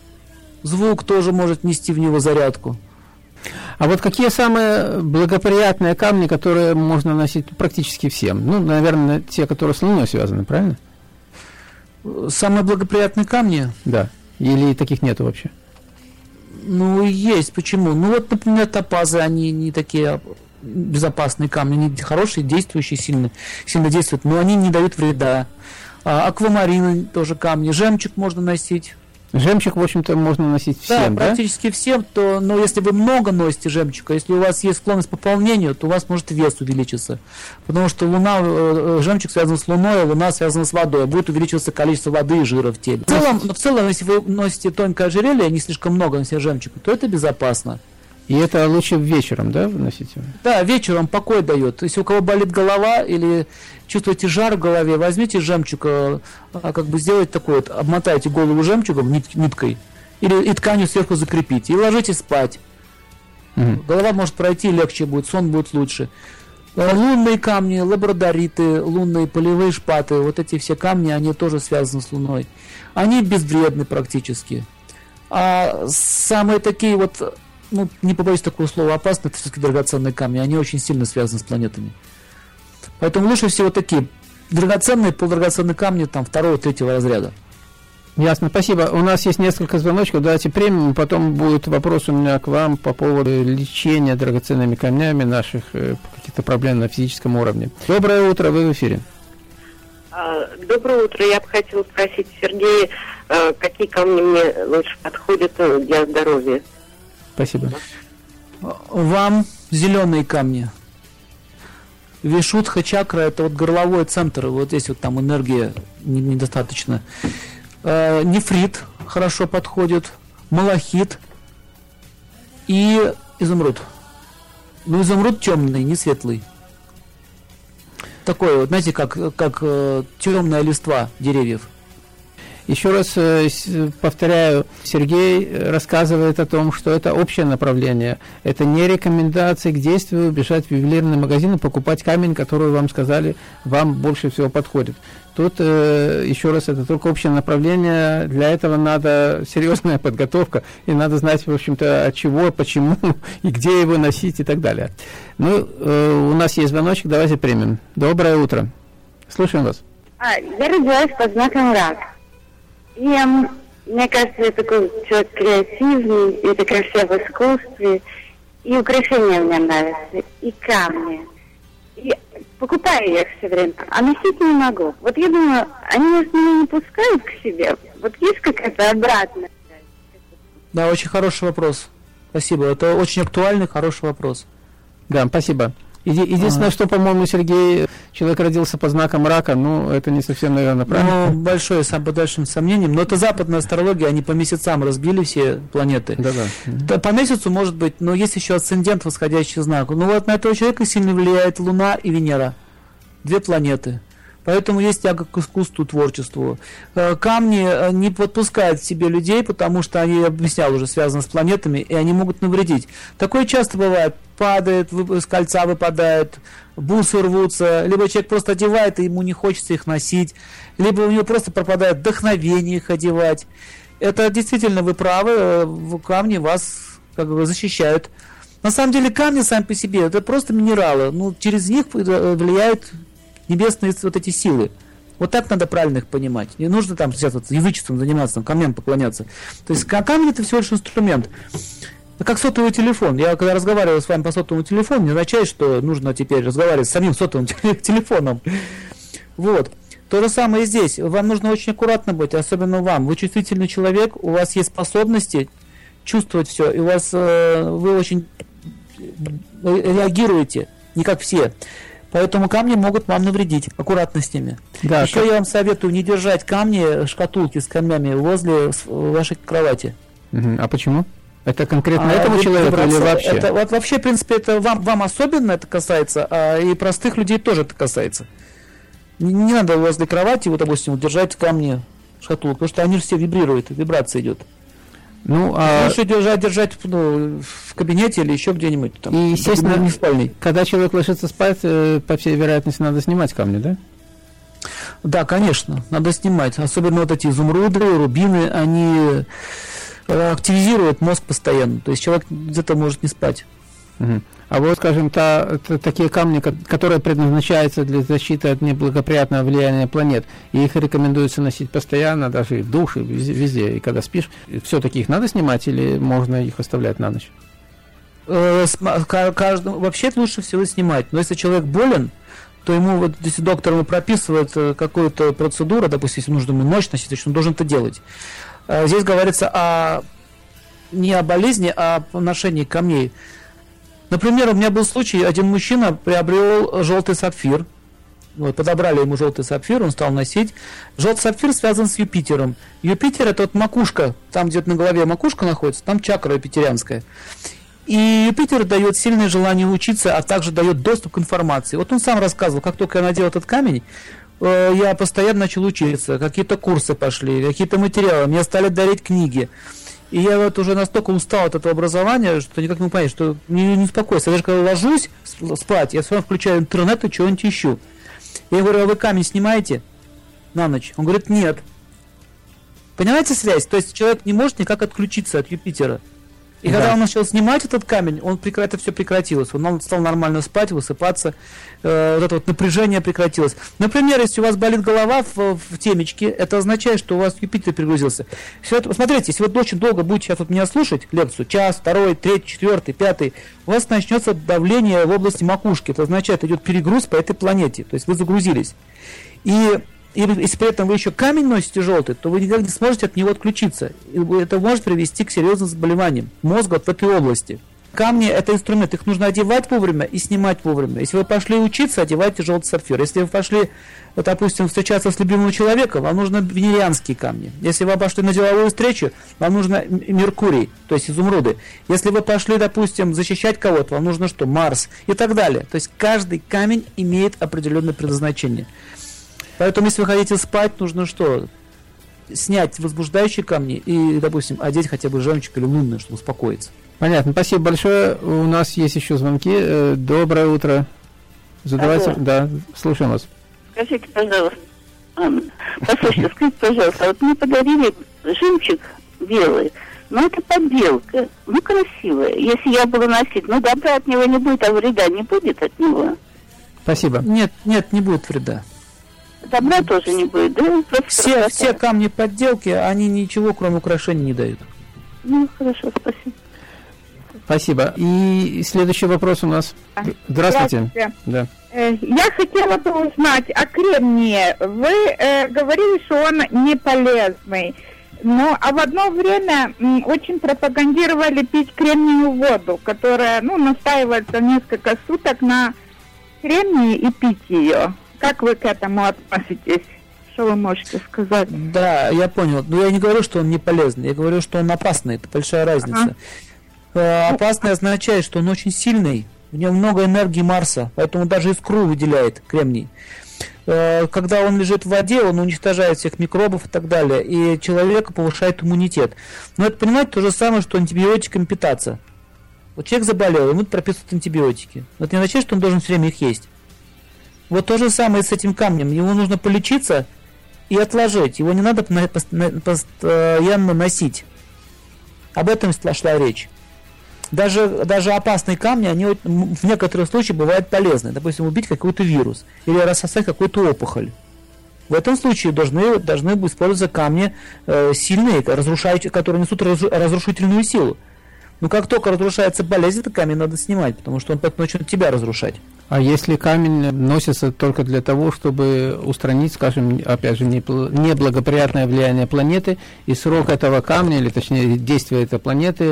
Звук тоже может нести в него зарядку. А вот какие самые благоприятные камни, которые можно носить практически всем? Ну, наверное, те, которые с Луной связаны, правильно? Самые благоприятные камни? Да. Или таких нету вообще? Ну, есть. Почему? Ну, вот, например, топазы, они не такие безопасные камни, они хорошие, действующие, сильно действуют, но они не дают вреда. Аквамарины тоже камни, жемчуг можно носить. Жемчуг, в общем-то, можно носить всем, да? Практически всем, но если вы много носите жемчуга, если у вас есть склонность к пополнению, то у вас может вес увеличиться. Потому что жемчуг связан с Луной, а Луна связана с водой. Будет увеличиваться количество воды и жира в теле. В целом, если вы носите тонкое ожерелье, не слишком много носите жемчуга, то это безопасно. И это лучше вечером, да, носить? Да, вечером покой дает. Если у кого болит голова или чувствуете жар в голове, возьмите жемчуг, как бы сделайте такой вот, обмотайте голову жемчугом, ниткой, и тканью сверху закрепите, и ложитесь спать. Голова может пройти, легче будет, сон будет лучше. Лунные камни, лабрадориты, лунные полевые шпаты, вот эти все камни, они тоже связаны с Луной. Они безвредны практически. А самые такие вот, ну, не побоюсь такого слова, опасные, это все-таки драгоценные камни, они очень сильно связаны с планетами. Поэтому лучше всего такие драгоценные, полудрагоценные камни, там, 2-3 разряда. Ясно, спасибо. У нас есть несколько звоночков, давайте примем, потом будет вопрос у меня к вам по поводу лечения драгоценными камнями наших каких-то проблем на физическом уровне. Доброе утро, вы в эфире. Доброе утро, я бы хотела спросить Сергея, какие камни мне лучше подходят для здоровья. Спасибо. Вам зеленые камни. Вишудха чакра — это вот горловой центр, вот здесь вот там энергия недостаточно. Нефрит хорошо подходит, малахит и изумруд. Ну, изумруд темный, не светлый. Такой вот, знаете, как темная листва деревьев. Еще раз повторяю, Сергей рассказывает о том, что это общее направление. Это не рекомендации к действию бежать в ювелирный магазин и покупать камень, который вам сказали, вам больше всего подходит. Тут, еще раз, это только общее направление. Для этого надо серьезная подготовка, и надо знать, в общем-то, от чего, почему, и где его носить, и так далее. Ну, у нас есть звоночек, давайте примем. Доброе утро. Слушаем вас. Я родилась под знаком рак. И мне кажется, я такой человек креативный, и такая вся в искусстве, и украшения мне нравятся, и камни. И покупаю я их все время, а носить не могу. Вот я думаю, они меня не пускают к себе. Вот есть какая-то обратная связь? Да, очень хороший вопрос. Спасибо. Это очень актуальный, хороший вопрос. Да, спасибо. Единственное, что, по-моему, Сергей, человек родился под знаком рака, ну, это не совсем, наверное, правильно. Ну, большое, под большим сомнением, но это западная астрология, они по месяцам разбили все планеты. Да. По месяцу, может быть, но есть еще асцендент, восходящий знак. Ну, вот на этого человека сильно влияет Луна и Венера. 2 планеты. Поэтому есть тяга к искусству, творчеству. Камни не подпускают к себе людей, потому что они, я объяснял уже, связаны с планетами, и они могут навредить. Такое часто бывает. Падает, с кольца выпадают, бусы рвутся, либо человек просто одевает, и ему не хочется их носить, либо у него просто пропадает вдохновение их одевать. Это действительно, вы правы, камни вас как бы защищают. На самом деле камни сами по себе, это просто минералы, ну, через них влияют небесные вот эти силы. Вот так надо правильно их понимать. Не нужно там сейчас вот язычеством заниматься, там, камням поклоняться. То есть камень это всего лишь инструмент. Как сотовый телефон. Я когда разговариваю с вами по сотовому телефону, не означает, что нужно теперь разговаривать с самим сотовым телефоном. Вот. То же самое и здесь. Вам нужно очень аккуратно быть, особенно вам. Вы чувствительный человек, у вас есть способности чувствовать все, и у вас вы очень реагируете, не как все. Поэтому камни могут вам навредить. Аккуратно с ними. Да, еще я вам советую не держать камни, шкатулки с камнями возле вашей кровати. А почему? Это конкретно этому человеку или вообще? Это, вот вообще, в принципе, это вам особенно это касается, и простых людей тоже это касается. Не надо возле кровати, вот, допустим, держать камни, шкатулку, потому что они же все вибрируют, вибрация идет. Ну, лучше держать в кабинете или еще где-нибудь. Там, и, естественно, не спальный. Когда человек ложится спать, по всей вероятности, надо снимать камни, да? Да, конечно, надо снимать. Особенно вот эти изумруды, рубины, они активизирует мозг постоянно, то есть человек где-то может не спать. А вот, скажем, такие камни, которые предназначаются для защиты от неблагоприятного влияния планет, и их рекомендуется носить постоянно, даже и в душе, везде, и когда спишь, все-таки их надо снимать или можно их оставлять на ночь? Вообще лучше всего снимать, но если человек болен, то ему, вот, если доктор ему прописывает какую-то процедуру, допустим, если нужно ему ночь носить, значит, он должен это делать. Здесь говорится не о болезни, а о ношении камней. Например, у меня был случай, один мужчина приобрел желтый сапфир. Вот, подобрали ему желтый сапфир, он стал носить. Желтый сапфир связан с Юпитером. Юпитер — это вот макушка, там где-то на голове макушка находится, там чакра юпитерианская. И Юпитер дает сильное желание учиться, а также дает доступ к информации. Вот он сам рассказывал, как только я надел этот камень, я постоянно начал учиться, какие-то курсы пошли, какие-то материалы, мне стали дарить книги. И я вот уже настолько устал от этого образования, что никак не могу понять, что мне не успокоится. Я даже когда ложусь спать, я все равно включаю интернет и чего-нибудь ищу. Я говорю, а вы камень снимаете на ночь? Он говорит, нет. Понимаете связь? То есть человек не может никак отключиться от Юпитера. И когда он начал снимать этот камень, это все прекратилось. Он стал нормально спать, высыпаться. Вот это вот напряжение прекратилось. Например, если у вас болит голова в темечке, это означает, что у вас Юпитер перегрузился. Смотрите, если вы очень долго будете сейчас вот меня слушать, лекцию, час, второй, третий, четвертый, пятый, у вас начнется давление в области макушки. Это означает, идет перегруз по этой планете. То есть вы загрузились. И если при этом вы еще камень носите желтый, то вы никак не сможете от него отключиться. И это может привести к серьезным заболеваниям мозга в этой области. Камни – это инструмент, их нужно одевать вовремя и снимать вовремя. Если вы пошли учиться, одевайте желтый сапфир. Если вы пошли, допустим, встречаться с любимым человеком, вам нужны венерианские камни. Если вы пошли на деловую встречу, вам нужно Меркурий, то есть изумруды. Если вы пошли, допустим, защищать кого-то, вам нужно что? Марс и так далее. То есть каждый камень имеет определенное предназначение. Поэтому, если вы хотите спать, нужно что? Снять возбуждающие камни и, допустим, одеть хотя бы жемчуг или лунный, чтобы успокоиться. Понятно, спасибо большое. У нас есть еще звонки. Доброе утро. Задавайте. Да, слушаем вас. Скажите, пожалуйста, послушайте, скажите, пожалуйста, вот мне подарили жемчуг белый, но это подделка, ну красивая. Если я буду носить, ну добра от него не будет, а вреда не будет от него. Спасибо. Нет, не будет вреда. Добра тоже не будет, да? Все камни подделки, они ничего, кроме украшений, не дают. Ну, хорошо, спасибо. Спасибо. И следующий вопрос у нас. Здравствуйте. Да. Я хотела бы узнать о кремнии. Вы говорили, что он не полезный. Но а в одно время очень пропагандировали пить кремниевую воду, которая, настаивается несколько суток на кремнии и пить ее. Как вы к этому относитесь? Что вы можете сказать? Да, я понял. Но я не говорю, что он не полезный. Я говорю, что он опасный. Это большая разница. Опасный означает, что он очень сильный. В нем много энергии Марса. Поэтому даже искру выделяет кремний. Когда он лежит в воде, он уничтожает всех микробов и так далее. И человека повышает иммунитет. Но это, понимаете, то же самое, что антибиотиками питаться. Вот человек заболел, ему прописывают антибиотики. Но это не означает, что он должен все время их есть. Вот то же самое с этим камнем. Его нужно полечиться и отложить. Его не надо постоянно носить. Об этом шла речь. Даже опасные камни, они в некоторых случаях бывают полезны. Допустим, убить какой-то вирус или рассосать какую-то опухоль. В этом случае должны использоваться камни сильные, которые несут разрушительную силу. Но как только разрушается болезнь, этот камень надо снимать, потому что он начнет тебя разрушать. А если камень носится только для того, чтобы устранить, скажем, опять же, неблагоприятное влияние планеты, и срок этого камня, или точнее действия этой планеты,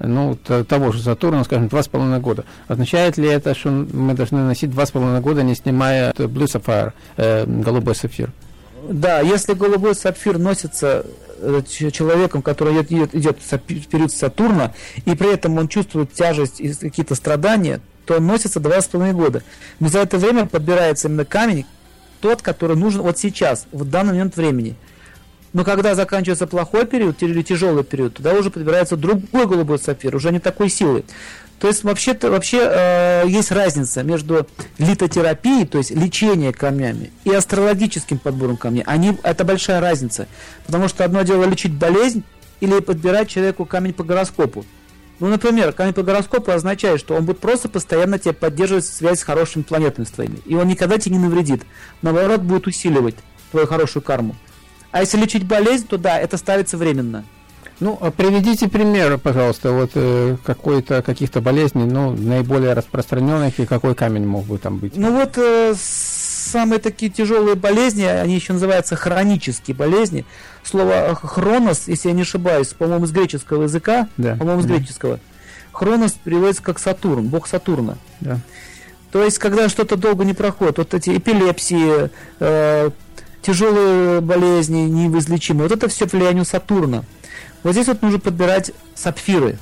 того же Сатурна, скажем, 2,5 года. Означает ли это, что мы должны носить 2,5 года, не снимая Blue Sapphire, голубой сапфир? Да, если голубой сапфир носится человеком, который идет в период Сатурна, и при этом он чувствует тяжесть и какие-то страдания, то он носится 2,5 года. Но за это время подбирается именно камень, тот, который нужен вот сейчас, в данный момент времени. Но когда заканчивается плохой период или тяжелый период, туда уже подбирается другой голубой сапфир, уже не такой силы. То есть вообще есть разница между литотерапией, то есть лечением камнями, и астрологическим подбором камней. Это большая разница. Потому что одно дело лечить болезнь или подбирать человеку камень по гороскопу. Например, камень по гороскопу означает, что он будет просто постоянно тебе поддерживать связь с хорошими планетами своими. И он никогда тебе не навредит. Наоборот, будет усиливать твою хорошую карму. А если лечить болезнь, то да, это ставится временно. Приведите пример, пожалуйста, каких-то болезней, наиболее распространенных, и какой камень мог бы там быть? Самые такие тяжелые болезни, они еще называются хронические болезни. Слово хронос, если я не ошибаюсь, по-моему, из греческого языка, греческого. Хронос переводится как Сатурн, бог Сатурна. Да. То есть, когда что-то долго не проходит, вот эти эпилепсии, тяжелые болезни, неизлечимые, вот это все влияние Сатурна. Вот здесь нужно подбирать сапфиры,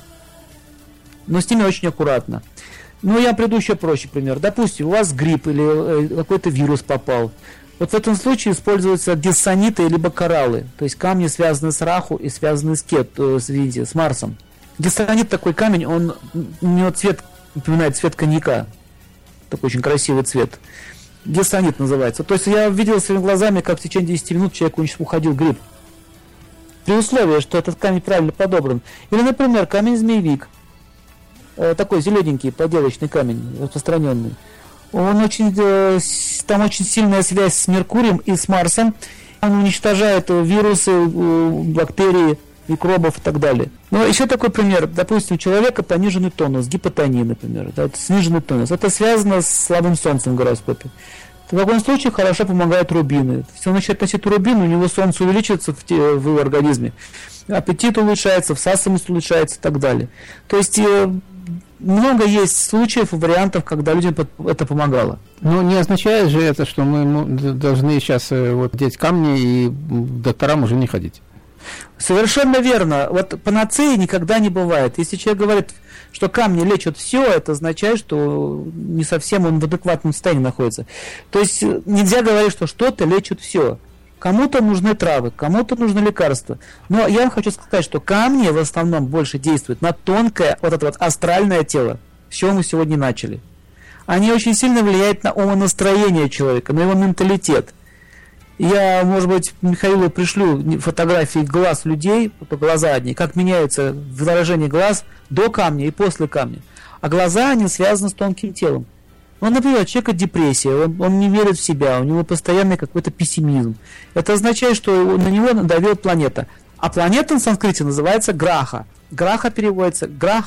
но с ними очень аккуратно. Я приведу еще проще пример. Допустим, у вас грипп или какой-то вирус попал. Вот в этом случае используются гессониты либо кораллы, то есть камни, связанные с Раху и связанные с Марсом. Гессонит такой камень, у него цвет напоминает цвет коньяка, такой очень красивый цвет. Гессонит называется. То есть я видел своими глазами, как в течение 10 минут человеку уходил грипп. При условии, что этот камень правильно подобран. Или, например, камень змеевик. Такой зелененький, поделочный камень, распространенный. Там очень сильная связь с Меркурием и с Марсом. Он уничтожает вирусы, бактерии, микробов и так далее. Еще такой пример. Допустим, у человека пониженный тонус, гипотония, например. Сниженный тонус. Это связано с слабым солнцем в гороскопе. В таком случае хорошо помогают рубины. Если он начинает носить рубин, у него солнце увеличивается в его организме. Аппетит улучшается, всасываемость улучшается и так далее. То есть много есть случаев и вариантов, когда людям это помогало. Но не означает же это, что мы должны сейчас вот деть камни и к докторам уже не ходить. Совершенно верно. Вот панацеи никогда не бывает. Если человек говорит, что камни лечат все, это означает, что не совсем он в адекватном состоянии находится. То есть нельзя говорить, что что-то лечит все. Кому-то нужны травы, кому-то нужны лекарства. Но я вам хочу сказать, что камни в основном больше действуют на тонкое, вот это вот астральное тело, с чего мы сегодня начали. Они очень сильно влияют на умонастроение человека, на его менталитет. Я, может быть, Михаилу пришлю фотографии глаз людей, глаза одни, как меняется выражение глаз до камня и после камня. А глаза, они связаны с тонким телом. Ну, например, у человека депрессия, он не верит в себя, у него постоянный какой-то пессимизм. Это означает, что на него надавила планета. А планета на санскрите называется Граха. Граха переводится,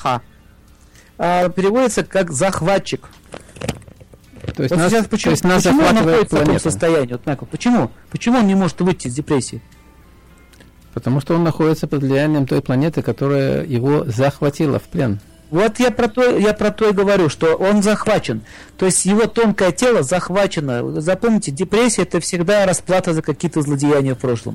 переводится как захватчик. То есть вот нас, почему он находится в таком состоянии? Вот, Майкл, почему он не может выйти из депрессии? Потому что он находится под влиянием той планеты, которая его захватила в плен. Вот я про то и говорю, что он захвачен. То есть его тонкое тело захвачено. Запомните, депрессия — это всегда расплата за какие-то злодеяния в прошлом.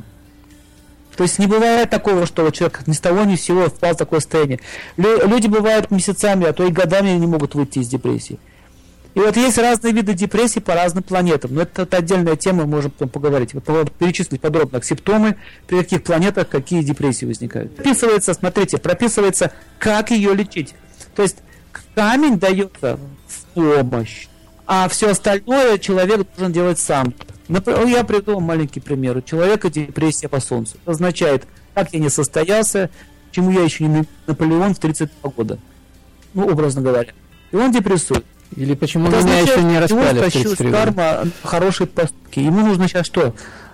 То есть не бывает такого, что вот человек ни с того ни с сего впал в такое состояние. Люди бывают месяцами, а то и годами не могут выйти из депрессии. И вот есть разные виды депрессии по разным планетам. Но это отдельная тема, мы можем потом поговорить. Вот перечислить подробно симптомы, при каких планетах какие депрессии возникают. Прописывается, как ее лечить. То есть камень дается в помощь, а все остальное человек должен делать сам. Например, я приведу вам маленький пример. У человека депрессия по солнцу. Это означает, как я не состоялся, чему я еще не Наполеон в 32 года. Ну, образно говоря. И он депрессует. Или почему это меня еще не распяли в 33 года? Карма, хорошие поступки. Ему нужно сейчас что?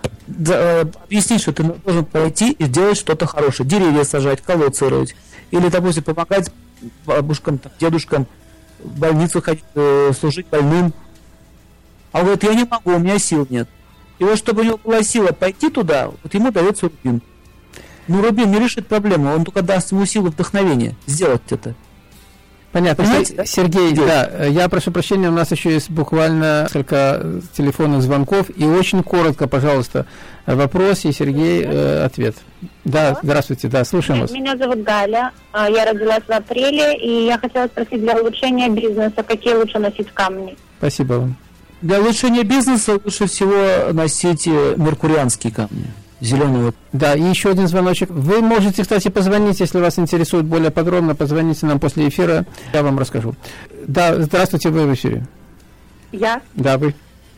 Объяснить, что ты должен пойти и сделать что-то хорошее. Деревья сажать, колодцы рыть. Или, допустим, помогать бабушкам, дедушкам в больницу ходить, служить больным. А он говорит, я не могу, у меня сил нет. И вот чтобы у него была сила пойти туда, вот ему дается рубин. Ну, рубин не решит проблему, он только даст ему силу вдохновения сделать это. Понятно. Сергей, да, я прошу прощения, у нас еще есть буквально несколько телефонных звонков, и очень коротко, пожалуйста, вопрос, и Сергей ответ. Да, здравствуйте, да, слушаем вас. Меня зовут Галя, я родилась в апреле, и я хотела спросить, для улучшения бизнеса, какие лучше носить камни? Спасибо вам. Для улучшения бизнеса лучше всего носить меркурианские камни. Зеленого. Да, и еще один звоночек. Вы можете, кстати, позвонить, если вас интересует более подробно, позвоните нам после эфира, я вам расскажу. Да, здравствуйте, вы в эфире. Я? Да, вы.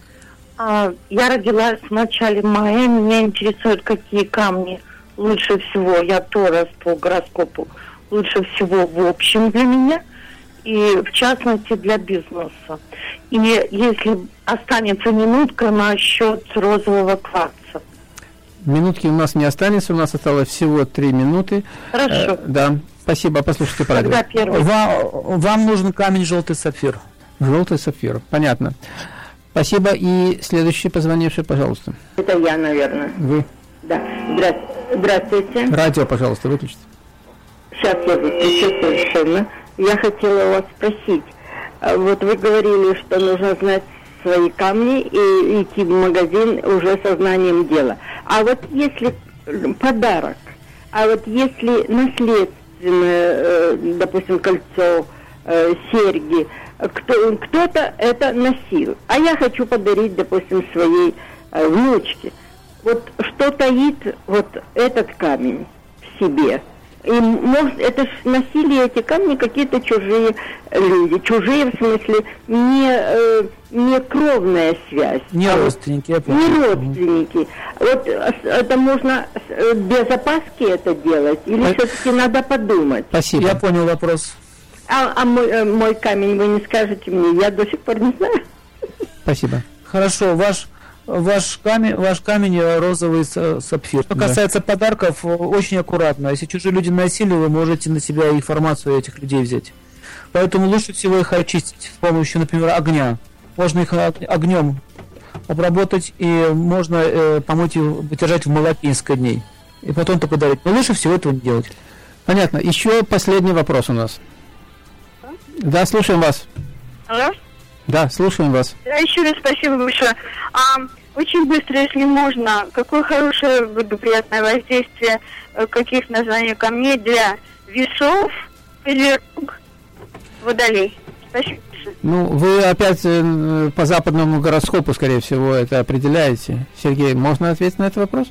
Я родилась в начале мая, меня интересуют, какие камни лучше всего, я Торос по гороскопу, лучше всего в общем для меня, и в частности для бизнеса. И если останется минутка насчет розового кварца. Минутки у нас не останется, у нас осталось всего 3 минуты. Хорошо. Да, спасибо, послушайте по радио. Вам нужен камень желтый сапфир. Желтый сапфир, понятно. Спасибо, и следующий позвонивший, пожалуйста. Это я, наверное. Вы? Да. Здравствуйте. Радио, пожалуйста, выключите. Сейчас я выключу совершенно. Я хотела вас спросить. Вот вы говорили, что нужно знать свои камни и идти в магазин уже сознанием дела. А вот если подарок, а вот если наследственное, допустим, кольцо, серьги, кто-то это носил, а я хочу подарить, допустим, своей внучке. Вот что таит вот этот камень в себе? И может, это ж носили эти камни какие-то чужие люди. Чужие, в смысле, не кровная связь. Не родственники. Не родственники. Вот это можно без опаски это делать? Или все-таки надо подумать? Спасибо. Я понял вопрос. А мой камень вы не скажете мне? Я до сих пор не знаю. Спасибо. Хорошо, ваш камень розовый сапфир. Что касается подарков, очень аккуратно. Если чужие люди носили, вы можете на себя информацию этих людей взять. Поэтому лучше всего их очистить с помощью, например, огня. Можно их огнем обработать, и можно помыть и держать в молоке несколько дней. И потом только дарить. Но лучше всего этого не делать. Понятно. Еще последний вопрос у нас. Да, слушаем вас. Алло? Да, слушаем вас. Да, еще раз спасибо большое. Очень быстро, если можно, какое хорошее, благоприятное воздействие каких названий камней для весов или водолей? Спасибо. Ну, вы опять по западному гороскопу, скорее всего, это определяете. Сергей, можно ответить на этот вопрос?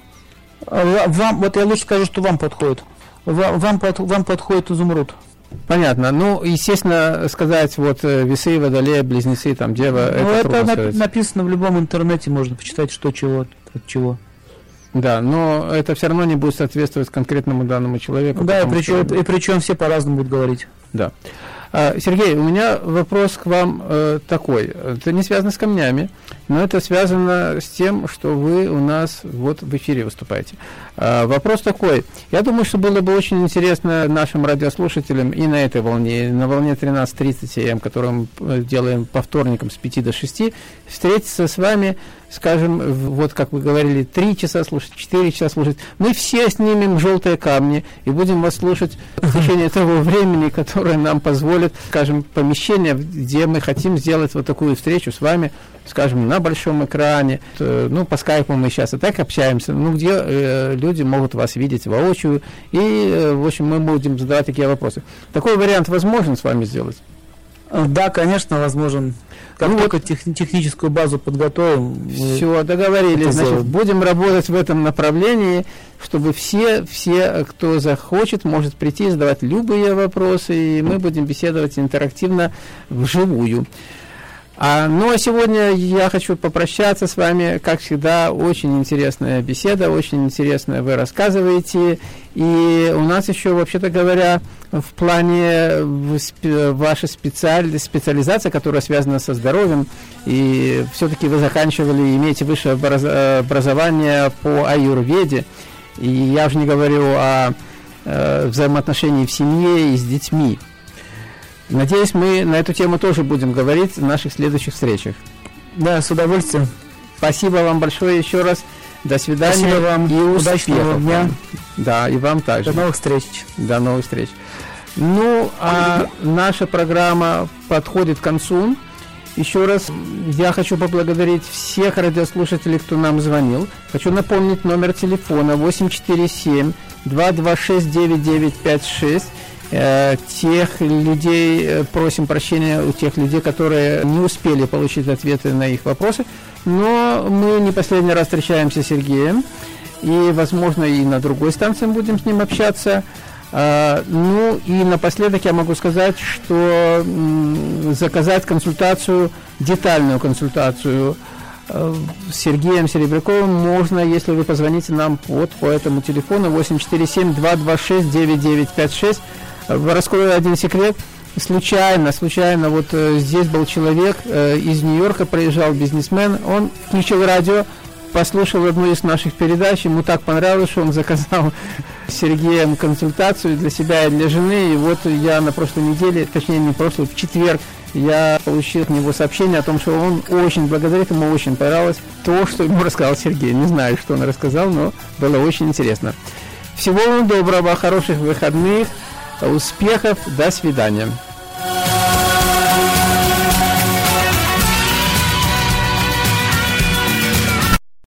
Вам, вот я лучше скажу, что вам подходит. Вам подходит изумруд. Понятно. Ну, естественно, сказать, вот весы, водолея, близнецы, там, дева, это написано в любом интернете, можно почитать, что чего, от чего. Да, но это все равно не будет соответствовать конкретному данному человеку. Да, и причем все по-разному будут говорить. Да. Сергей, у меня вопрос к вам такой. Это не связано с камнями, но это связано с тем, что вы у нас вот в эфире выступаете. Вопрос такой. Я думаю, что было бы очень интересно нашим радиослушателям и на этой волне, и на волне 13:30 АМ, которую мы делаем по вторникам с 5 до 6, встретиться с вами, скажем, вот как вы говорили, 3 часа слушать, 4 часа слушать. Мы все снимем желтые камни и будем вас слушать в течение того времени, которое нам позволит, скажем, помещение, где мы хотим сделать вот такую встречу с вами, скажем, на большом экране, ну, по скайпу мы сейчас и так общаемся, ну, где люди могут вас видеть воочию, и, в общем, мы будем задавать такие вопросы. Такой вариант возможен с вами сделать? Да, конечно, возможен. Как только техническую базу подготовим. Все, договорились. Значит, будем работать в этом направлении, чтобы все, кто захочет, может прийти и задавать любые вопросы, и мы будем беседовать интерактивно вживую. Ну а сегодня я хочу попрощаться с вами. Как всегда, очень интересная беседа, очень интересно вы рассказываете. И у нас еще, вообще-то говоря, в плане ваша специализация, которая связана со здоровьем, и все-таки вы заканчивали, имеете высшее образование по аюрведе. И я уже не говорю о взаимоотношении в семье и с детьми. Надеюсь, мы на эту тему тоже будем говорить в наших следующих встречах. Да, с удовольствием. Спасибо вам большое еще раз. До свидания. Спасибо вам. И удачного дня. Да, и вам также. До новых встреч. До новых встреч. Ну, а наша программа подходит к концу. Еще раз я хочу поблагодарить всех радиослушателей, кто нам звонил. Хочу напомнить номер телефона 847-226-9956. Тех людей, просим прощения у тех людей, которые не успели получить ответы на их вопросы, но мы не последний раз встречаемся с Сергеем, и, возможно, и на другой станции будем с ним общаться. Ну и напоследок я могу сказать, что заказать консультацию, детальную консультацию с Сергеем Серебряковым можно, если вы позвоните нам вот по этому телефону 847-226-9956. Раскрою один секрет. Случайно, вот здесь был человек из Нью-Йорка, проезжал бизнесмен, он включил радио, послушал одну из наших передач, ему так понравилось, что он заказал с Сергеем консультацию для себя и для жены, и вот я на прошлой неделе, точнее не прошлой, в четверг, я получил от него сообщение о том, что он очень благодарит, ему очень понравилось то, что ему рассказал Сергей. Не знаю, что он рассказал, но было очень интересно. Всего вам доброго, хороших выходных, успехов, до свидания.